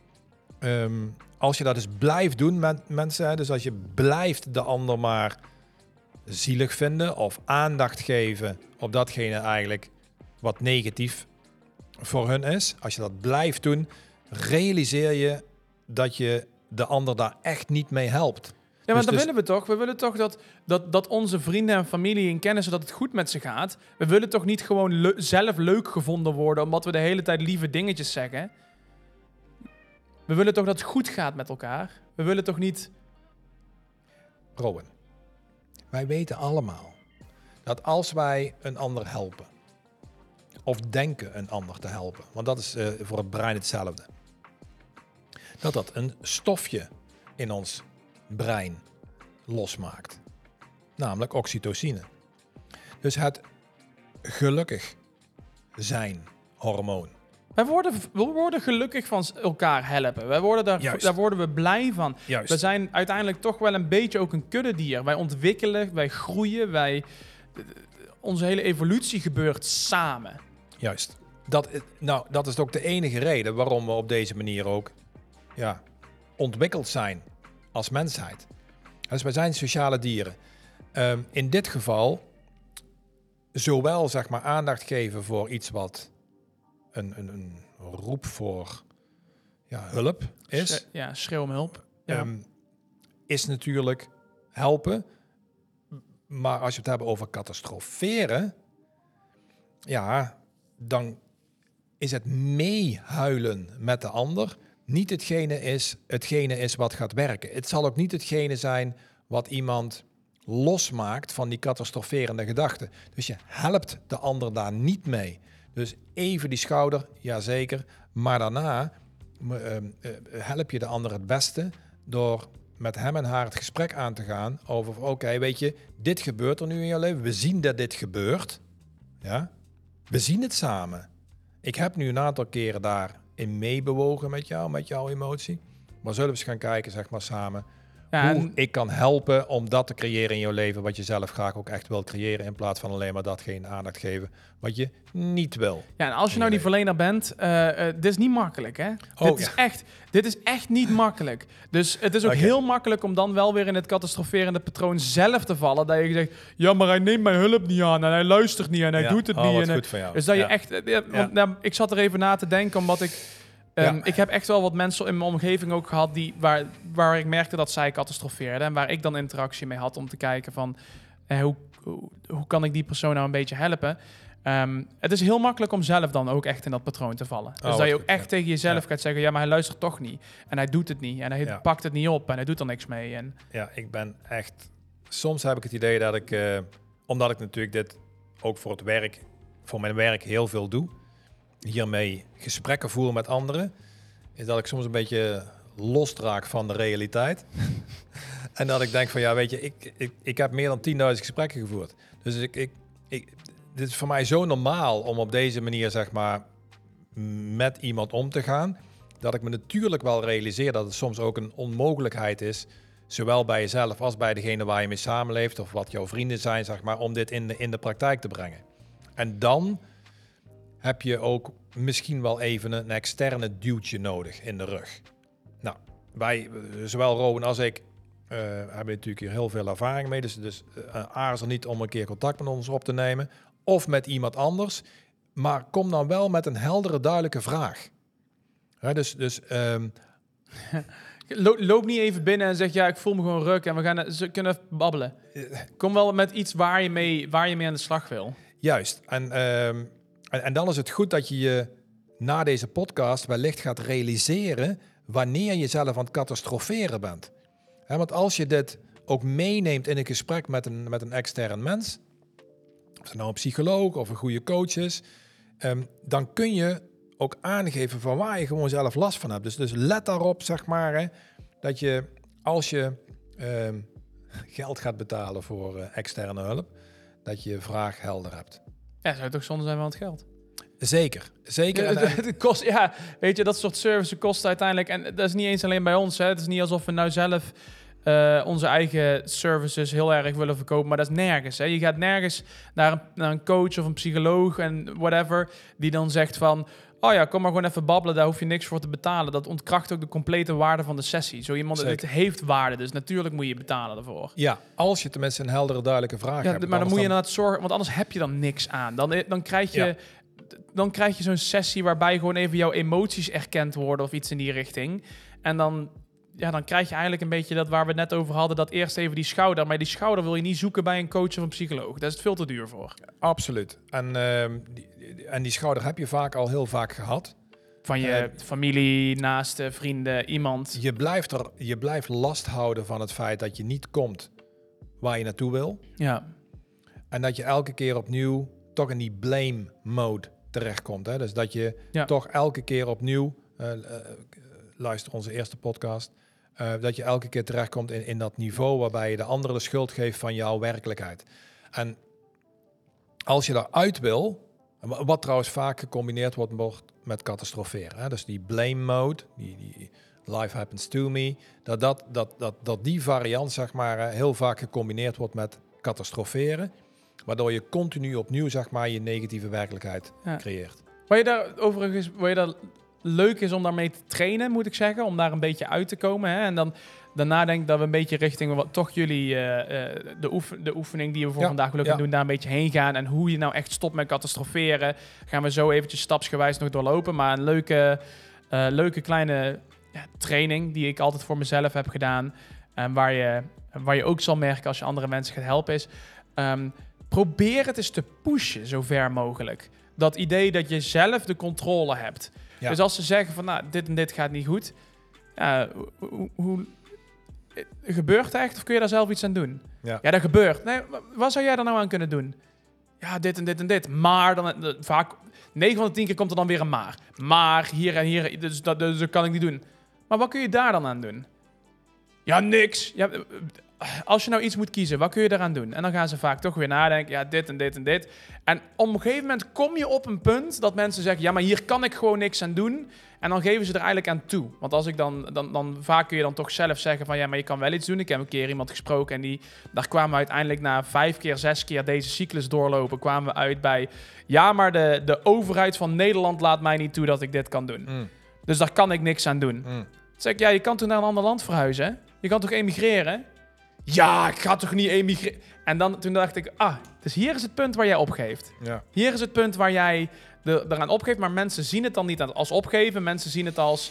dat dus blijft doen met mensen, hè, dus als je blijft de ander maar zielig vinden of aandacht geven op datgene eigenlijk wat negatief voor hun is. Als je dat blijft doen, realiseer je dat je de ander daar echt niet mee helpt. Ja, maar dan willen we toch. We willen toch dat onze vrienden en familie en kennissen, dat het goed met ze gaat. We willen toch niet gewoon zelf leuk gevonden worden, omdat we de hele tijd lieve dingetjes zeggen. We willen toch dat het goed gaat met elkaar. We willen toch niet... Rowan, wij weten allemaal dat als wij een ander helpen, of denken een ander te helpen, want dat is voor het brein hetzelfde, dat een stofje in ons brein losmaakt. Namelijk oxytocine. Dus het gelukkig zijn hormoon. We worden gelukkig van elkaar helpen. Daar worden we blij van. Juist. We zijn uiteindelijk toch wel een beetje ook een kuddedier. Wij ontwikkelen, wij groeien, onze hele evolutie gebeurt samen. Juist. Dat is ook de enige reden waarom we op deze manier ook ontwikkeld zijn als mensheid. Dus wij zijn sociale dieren. In dit geval zowel zeg maar aandacht geven voor iets wat een roep voor hulp is. Schreeuw om hulp. Ja. Is natuurlijk helpen. Maar als je het hebben over catastroferen, dan is het meehuilen met de ander niet hetgene is wat gaat werken. Het zal ook niet hetgene zijn wat iemand losmaakt van die catastroferende gedachten. Dus je helpt de ander daar niet mee. Dus even die schouder, jazeker. Maar daarna help je de ander het beste door met hem en haar het gesprek aan te gaan over, oké, weet je, dit gebeurt er nu in je leven. We zien dat dit gebeurt. Ja? We zien het samen. Ik heb nu een aantal keren daarin meebewogen met jouw emotie. Maar zullen we eens gaan kijken, zeg maar, samen, hoe ik kan helpen om dat te creëren in jouw leven, wat je zelf graag ook echt wil creëren, in plaats van alleen maar datgene aandacht geven wat je niet wil. Ja, en als je nou die verlener bent, dit is niet makkelijk, hè? Dit is echt niet makkelijk. Dus het is ook heel makkelijk om dan wel weer in het catastroferende patroon zelf te vallen. Dat je zegt, ja, maar hij neemt mijn hulp niet aan en hij luistert niet en hij doet het niet. Wat goed van jou. Dus dat je echt... ik zat er even na te denken, omdat ik heb echt wel wat mensen in mijn omgeving ook gehad waar ik merkte dat zij catastrofeerden en waar ik dan interactie mee had om te kijken van hoe kan ik die persoon nou een beetje helpen. Het is heel makkelijk om zelf dan ook echt in dat patroon te vallen. Dus dat je ook echt tegen jezelf gaat zeggen, ja, maar hij luistert toch niet. En hij doet het niet. En hij pakt het niet op en hij doet er niks mee. En... Ja, ik ben echt... Soms heb ik het idee dat ik, omdat ik natuurlijk dit ook voor mijn werk heel veel doe, hiermee gesprekken voer met anderen, is dat ik soms een beetje losdraak van de realiteit. En dat ik denk van, ja, weet je, ik heb meer dan 10.000 gesprekken gevoerd. Dus dit is voor mij zo normaal om op deze manier, zeg maar, met iemand om te gaan, dat ik me natuurlijk wel realiseer dat het soms ook een onmogelijkheid is, zowel bij jezelf als bij degene waar je mee samenleeft, of wat jouw vrienden zijn, zeg maar, om dit in de praktijk te brengen. En dan heb je ook misschien wel even een externe duwtje nodig in de rug. Nou, wij, zowel Rowan als ik, hebben natuurlijk hier heel veel ervaring mee. Dus aarzel niet om een keer contact met ons op te nemen. Of met iemand anders. Maar kom dan wel met een heldere, duidelijke vraag. Loop niet even binnen en zeg, ja, ik voel me gewoon ruk en ze kunnen even babbelen. Kom wel met iets waar je mee aan de slag wil. Juist. En dan is het goed dat je na deze podcast wellicht gaat realiseren wanneer je zelf aan het catastroferen bent. Want als je dit ook meeneemt in een gesprek met een extern mens, of het nou een psycholoog of een goede coach is, dan kun je ook aangeven van waar je gewoon zelf last van hebt. Dus let daarop, zeg maar, dat je als je geld gaat betalen voor externe hulp, dat je je vraag helder hebt. Ja, zou het toch zonde zijn van het geld? Zeker. Het kost, ja, weet je, dat soort services kosten uiteindelijk, en dat is niet eens alleen bij ons, hè. Het is niet alsof we nou zelf onze eigen services heel erg willen verkopen, maar dat is nergens. Hè. Je gaat nergens naar een coach of een psycholoog en whatever, die dan zegt van, oh ja, kom maar gewoon even babbelen, daar hoef je niks voor te betalen. Dat ontkracht ook de complete waarde van de sessie. Zo iemand, het heeft waarde, dus natuurlijk moet je betalen daarvoor. Ja, als je tenminste een heldere, duidelijke vraag hebt. Maar dan moet je inderdaad zorgen, want anders heb je dan niks aan. Dan krijg je... Dan krijg je zo'n sessie waarbij gewoon even jouw emoties erkend worden of iets in die richting. En dan dan krijg je eigenlijk een beetje dat waar we het net over hadden, dat eerst even die schouder. Maar die schouder wil je niet zoeken bij een coach of een psycholoog. Daar is het veel te duur voor. Absoluut. En die schouder heb je vaak al heel vaak gehad. Van je familie, naasten, vrienden, iemand. Je blijft last houden van het feit dat je niet komt waar je naartoe wil. Ja. En dat je elke keer opnieuw toch in die blame mode terechtkomt. Hè? Dus dat je toch elke keer opnieuw, luister onze eerste podcast, dat je elke keer terechtkomt in dat niveau waarbij je de andere de schuld geeft van jouw werkelijkheid. En als je daaruit wil, wat trouwens vaak gecombineerd wordt met catastroferen. Hè? Dus die blame mode, die life happens to me, dat die variant zeg maar heel vaak gecombineerd wordt met catastroferen, waardoor je continu opnieuw zeg maar je negatieve werkelijkheid creëert. Wat je daar leuk is om daarmee te trainen, moet ik zeggen, om daar een beetje uit te komen. Hè? En dan daarna denk ik dat we een beetje richting wat toch jullie de oefening die we voor vandaag willen doen, daar een beetje heen gaan. En hoe je nou echt stopt met catastroferen, gaan we zo eventjes stapsgewijs nog doorlopen. Maar een leuke kleine training die ik altijd voor mezelf heb gedaan. Waar je ook zal merken als je andere mensen gaat helpen is, probeer het eens te pushen zo ver mogelijk. Dat idee dat je zelf de controle hebt. Ja. Dus als ze zeggen van nou, dit en dit gaat niet goed. Hoe gebeurt het echt of kun je daar zelf iets aan doen? Ja, dat gebeurt. Nee, wat zou jij er nou aan kunnen doen? Ja, dit en dit en dit. Maar dan vaak 9 van de 10 keer komt er dan weer een maar. Maar hier en hier, dus dat kan ik niet doen. Maar wat kun je daar dan aan doen? Ja, niks. Ja, als je nou iets moet kiezen, wat kun je daaraan doen? En dan gaan ze vaak toch weer nadenken, ja, dit en dit en dit. En op een gegeven moment kom je op een punt dat mensen zeggen, ja, maar hier kan ik gewoon niks aan doen. En dan geven ze er eigenlijk aan toe. Want als ik dan vaak kun je dan toch zelf zeggen van, ja, maar je kan wel iets doen. Ik heb een keer iemand gesproken en daar kwamen we uiteindelijk na 5 keer, 6 keer deze cyclus doorlopen, kwamen we uit bij, ja, maar de overheid van Nederland laat mij niet toe dat ik dit kan doen. Dus daar kan ik niks aan doen. Dan zeg ik, ja, je kan toch naar een ander land verhuizen, hè? Je kan toch emigreren? Ja, ik ga toch niet emigreren? En toen dacht ik, dus hier is het punt waar jij opgeeft. Ja. Hier is het punt waar jij eraan opgeeft, maar mensen zien het dan niet als opgeven. Mensen zien het als,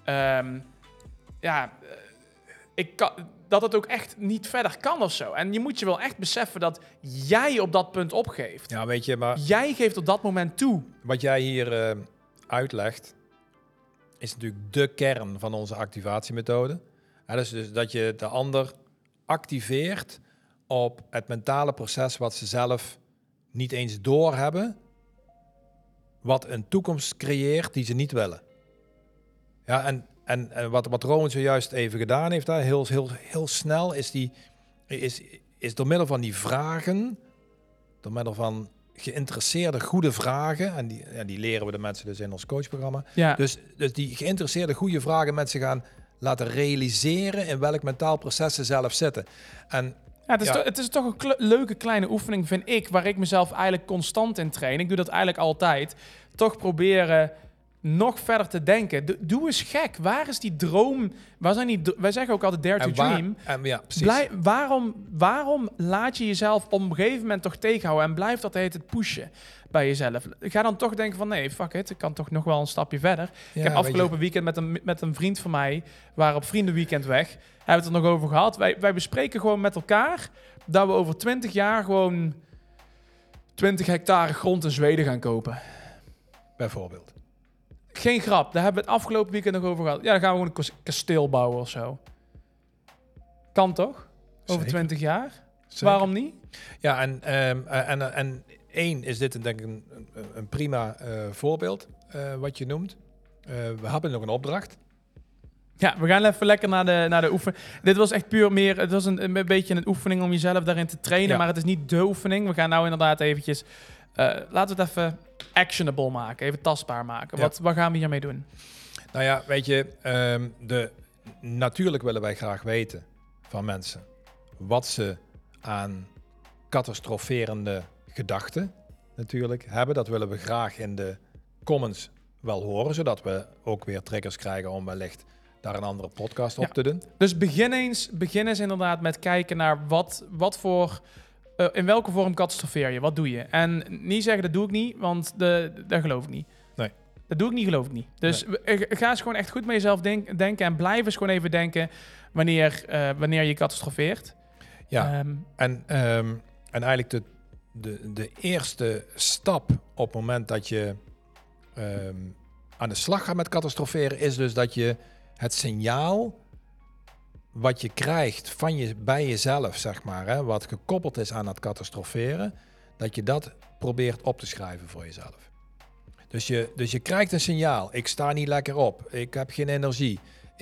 dat het ook echt niet verder kan of zo. En je moet je wel echt beseffen dat jij op dat punt opgeeft. Ja, weet je, maar jij geeft op dat moment toe. Wat jij hier uitlegt, is natuurlijk de kern van onze activatiemethode. Ja, dus dat je de ander activeert op het mentale proces wat ze zelf niet eens doorhebben, wat een toekomst creëert die ze niet willen. Ja, en wat Rowan zojuist even gedaan heeft, heel snel is door middel van die vragen, door middel van geïnteresseerde goede vragen, en die leren we de mensen dus in ons coachprogramma. Ja. Dus die geïnteresseerde goede vragen mensen gaan laten realiseren in welk mentaal proces ze zelf zitten. En het is toch een leuke kleine oefening, vind ik, waar ik mezelf eigenlijk constant in train. Ik doe dat eigenlijk altijd. Toch proberen nog verder te denken. Doe eens gek. Waar is die droom? Wij zeggen ook altijd dare to dream. Waarom laat je jezelf op een gegeven moment toch tegenhouden en blijft dat het pushen bij jezelf? Ga dan toch denken van nee, fuck it, ik kan toch nog wel een stapje verder. Ja, ik heb afgelopen weekend met een vriend van mij, we waren op vriendenweekend weg, hebben we het er nog over gehad. Wij bespreken gewoon met elkaar dat we over 20 jaar gewoon 20 hectare grond in Zweden gaan kopen. Bijvoorbeeld. Geen grap, daar hebben we het afgelopen weekend nog over gehad. Ja, dan gaan we gewoon een kasteel bouwen of zo. Kan toch? Over Zeker. 20 jaar? Zeker. Waarom niet? Ja, en één is dit denk ik een prima voorbeeld wat je noemt. We hebben nog een opdracht. Ja, we gaan even lekker naar de oefening. Dit was echt puur meer, het was een beetje een oefening om jezelf daarin te trainen, maar het is niet de oefening. We gaan nou inderdaad eventjes, laten we het even actionable maken, even tastbaar maken. Ja. Wat gaan we hiermee doen? Nou ja, weet je, natuurlijk willen wij graag weten van mensen wat ze aan catastroferende gedachten natuurlijk hebben. Dat willen we graag in de comments wel horen, zodat we ook weer triggers krijgen om wellicht daar een andere podcast op te doen. Dus begin eens inderdaad met kijken naar wat voor, in welke vorm catastrofeer je, wat doe je? En niet zeggen dat doe ik niet, want dat geloof ik niet. Nee. Dat doe ik niet, geloof ik niet. Dus ga eens gewoon echt goed met jezelf denken en blijf eens gewoon even denken wanneer je catastrofeert. Ja, en eigenlijk de eerste stap op het moment dat je aan de slag gaat met catastroferen is dus dat je het signaal wat je krijgt bij jezelf, zeg maar, hè, wat gekoppeld is aan het catastroferen, dat je dat probeert op te schrijven voor jezelf. Dus je krijgt een signaal. Ik sta niet lekker op. Ik heb geen energie.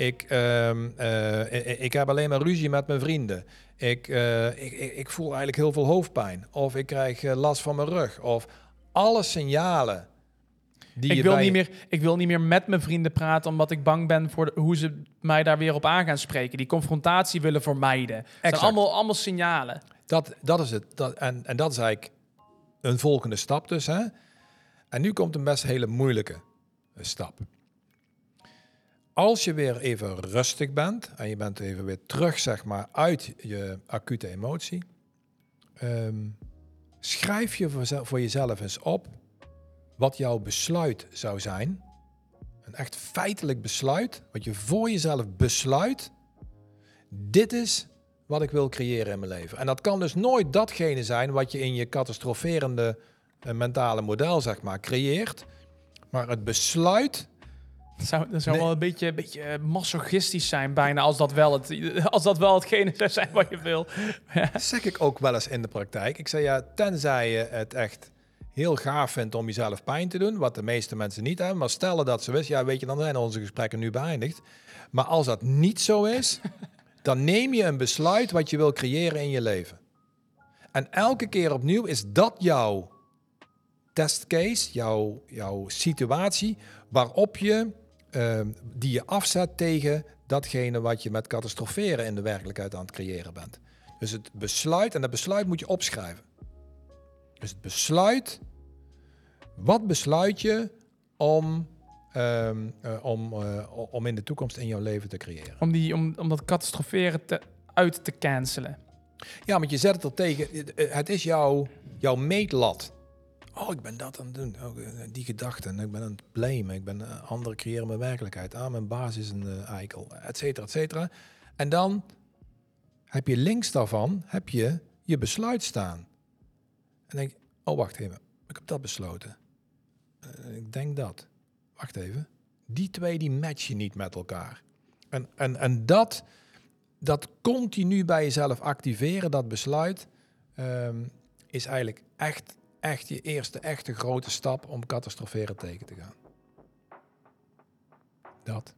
Ik heb alleen maar ruzie met mijn vrienden. Ik voel eigenlijk heel veel hoofdpijn. Of ik krijg last van mijn rug. Of alle signalen die ik wil niet meer met mijn vrienden praten omdat ik bang ben voor hoe ze mij daar weer op aan gaan spreken. Die confrontatie willen vermijden. Het zijn allemaal signalen. Dat is het. En dat is eigenlijk een volgende stap dus. Hè? En nu komt een best hele moeilijke stap. Als je weer even rustig bent en je bent even weer terug, zeg maar, uit je acute emotie, schrijf je voor jezelf eens op wat jouw besluit zou zijn. Een echt feitelijk besluit, wat je voor jezelf besluit. Dit is wat ik wil creëren in mijn leven. En dat kan dus nooit datgene zijn wat je in je catastroferende mentale model, zeg maar, creëert. Maar het besluit... Dat zou wel een beetje masochistisch zijn bijna, als dat wel hetgene zou zijn wat je wil. Dat zeg ik ook wel eens in de praktijk. Ik zeg ja, tenzij je het echt heel gaaf vindt om jezelf pijn te doen, wat de meeste mensen niet hebben, maar stellen dat zo is, ja, weet je, dan zijn onze gesprekken nu beëindigd. Maar als dat niet zo is, dan neem je een besluit wat je wil creëren in je leven. En elke keer opnieuw is dat jouw testcase, jouw situatie, waarop je die je afzet tegen datgene wat je met catastroferen in de werkelijkheid aan het creëren bent. Dus het besluit, en dat besluit moet je opschrijven. Dus het besluit, wat besluit je om in de toekomst in jouw leven te creëren? Om dat catastroferen uit te cancelen. Ja, want je zet het er tegen, het is jouw meetlat. Oh, ik ben dat aan het doen. Oh, die gedachten. Ik ben aan het blamen. Ik ben anderen creëren mijn werkelijkheid. Mijn baas is een eikel. Et cetera, et cetera. En dan heb je links daarvan je besluit staan. En denk oh, wacht even. Ik heb dat besloten. Ik denk dat. Wacht even. Die twee die matchen niet met elkaar. En dat continu bij jezelf activeren, dat besluit, is eigenlijk echt je eerste echte grote stap om catastroferen tegen te gaan. Dat.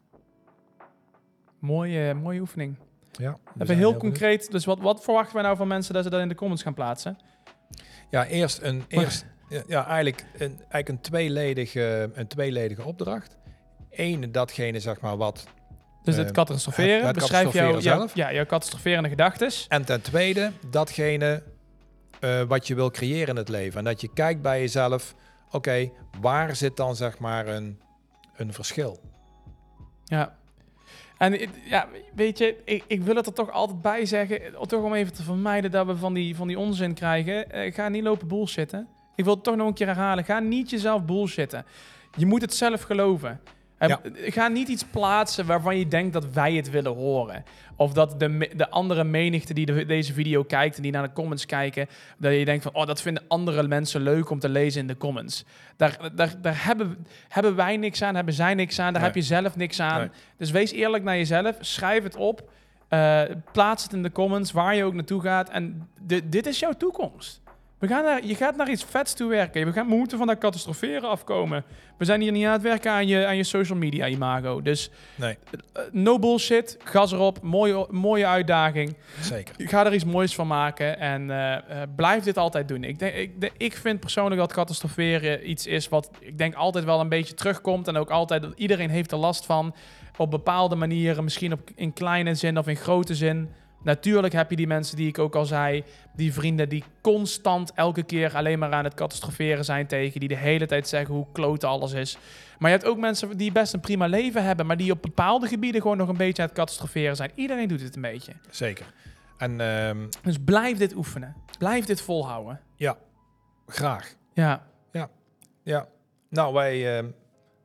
Mooie oefening. Ja. Even heel concreet. Dus wat verwachten wij nou van mensen dat ze dat in de comments gaan plaatsen? Ja, eigenlijk een tweeledige opdracht. Eén, datgene zeg maar wat... Dus het catastroferen. Beschrijf jouw catastroferende gedachten. En ten tweede, datgene wat je wil creëren in het leven. En dat je kijkt bij jezelf, oké, waar zit dan zeg maar een verschil? Ja. En ja, weet je, ik wil het er toch altijd bij zeggen, toch om even te vermijden dat we van die onzin krijgen. Ga niet lopen bullshitten. Ik wil het toch nog een keer herhalen. Ga niet jezelf bullshitten. Je moet het zelf geloven. Ja. Ga niet iets plaatsen waarvan je denkt dat wij het willen horen. Of dat de andere menigte die deze video kijkt en die naar de comments kijken, dat je denkt van, oh, dat vinden andere mensen leuk om te lezen in de comments. Daar hebben wij niks aan, hebben zij niks aan, daar heb je zelf niks aan. Nee. Dus wees eerlijk naar jezelf, schrijf het op, plaats het in de comments, waar je ook naartoe gaat. En dit is jouw toekomst. Je gaat naar iets vets toe werken. We moeten van dat catastroferen afkomen. We zijn hier niet aan het werken aan je social media imago. Dus nee. No bullshit, gas erop, mooie uitdaging. Zeker. Ga er iets moois van maken en blijf dit altijd doen. Ik vind persoonlijk dat catastroferen iets is wat ik denk altijd wel een beetje terugkomt. En ook altijd, iedereen heeft er last van. Op bepaalde manieren, misschien in kleine zin of in grote zin. Natuurlijk heb je die mensen die ik ook al zei, die vrienden die constant elke keer alleen maar aan het catastroferen zijn tegen, die de hele tijd zeggen hoe klote alles is. Maar je hebt ook mensen die best een prima leven hebben, maar die op bepaalde gebieden gewoon nog een beetje aan het catastroferen zijn. Iedereen doet het een beetje. Zeker. Dus blijf dit oefenen. Blijf dit volhouden. Ja, graag. Ja. Nou, wij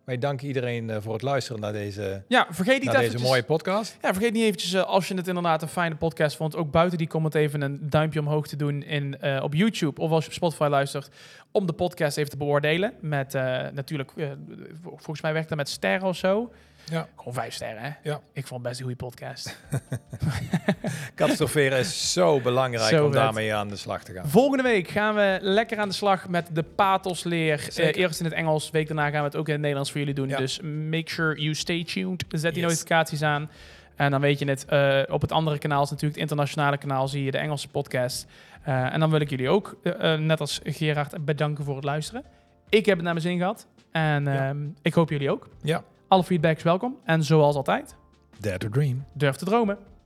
Wij danken iedereen voor het luisteren naar deze, vergeet niet deze mooie podcast. Ja, vergeet niet eventjes, als je het inderdaad een fijne podcast vond, ook buiten die comment even een duimpje omhoog te doen op YouTube of als je op Spotify luistert, om de podcast even te beoordelen. Met natuurlijk, volgens mij werkt dat met sterren of zo. Ja. Gewoon 5 sterren, hè? Ja. Ik vond het best een goede podcast. Catastroferen is zo belangrijk om daarmee aan de slag te gaan. Volgende week gaan we lekker aan de slag met de pathosleer. Eerst in het Engels, week daarna gaan we het ook in het Nederlands voor jullie doen. Ja. Dus make sure you stay tuned. Zet die notificaties aan. En dan weet je het, op het andere kanaal is natuurlijk het internationale kanaal, zie je de Engelse podcast. En dan wil ik jullie ook, net als Gerard, bedanken voor het luisteren. Ik heb het naar mijn zin gehad. En ik hoop jullie ook. Ja. Alle feedback is welkom. En zoals altijd... Dare to dream. Durf te dromen.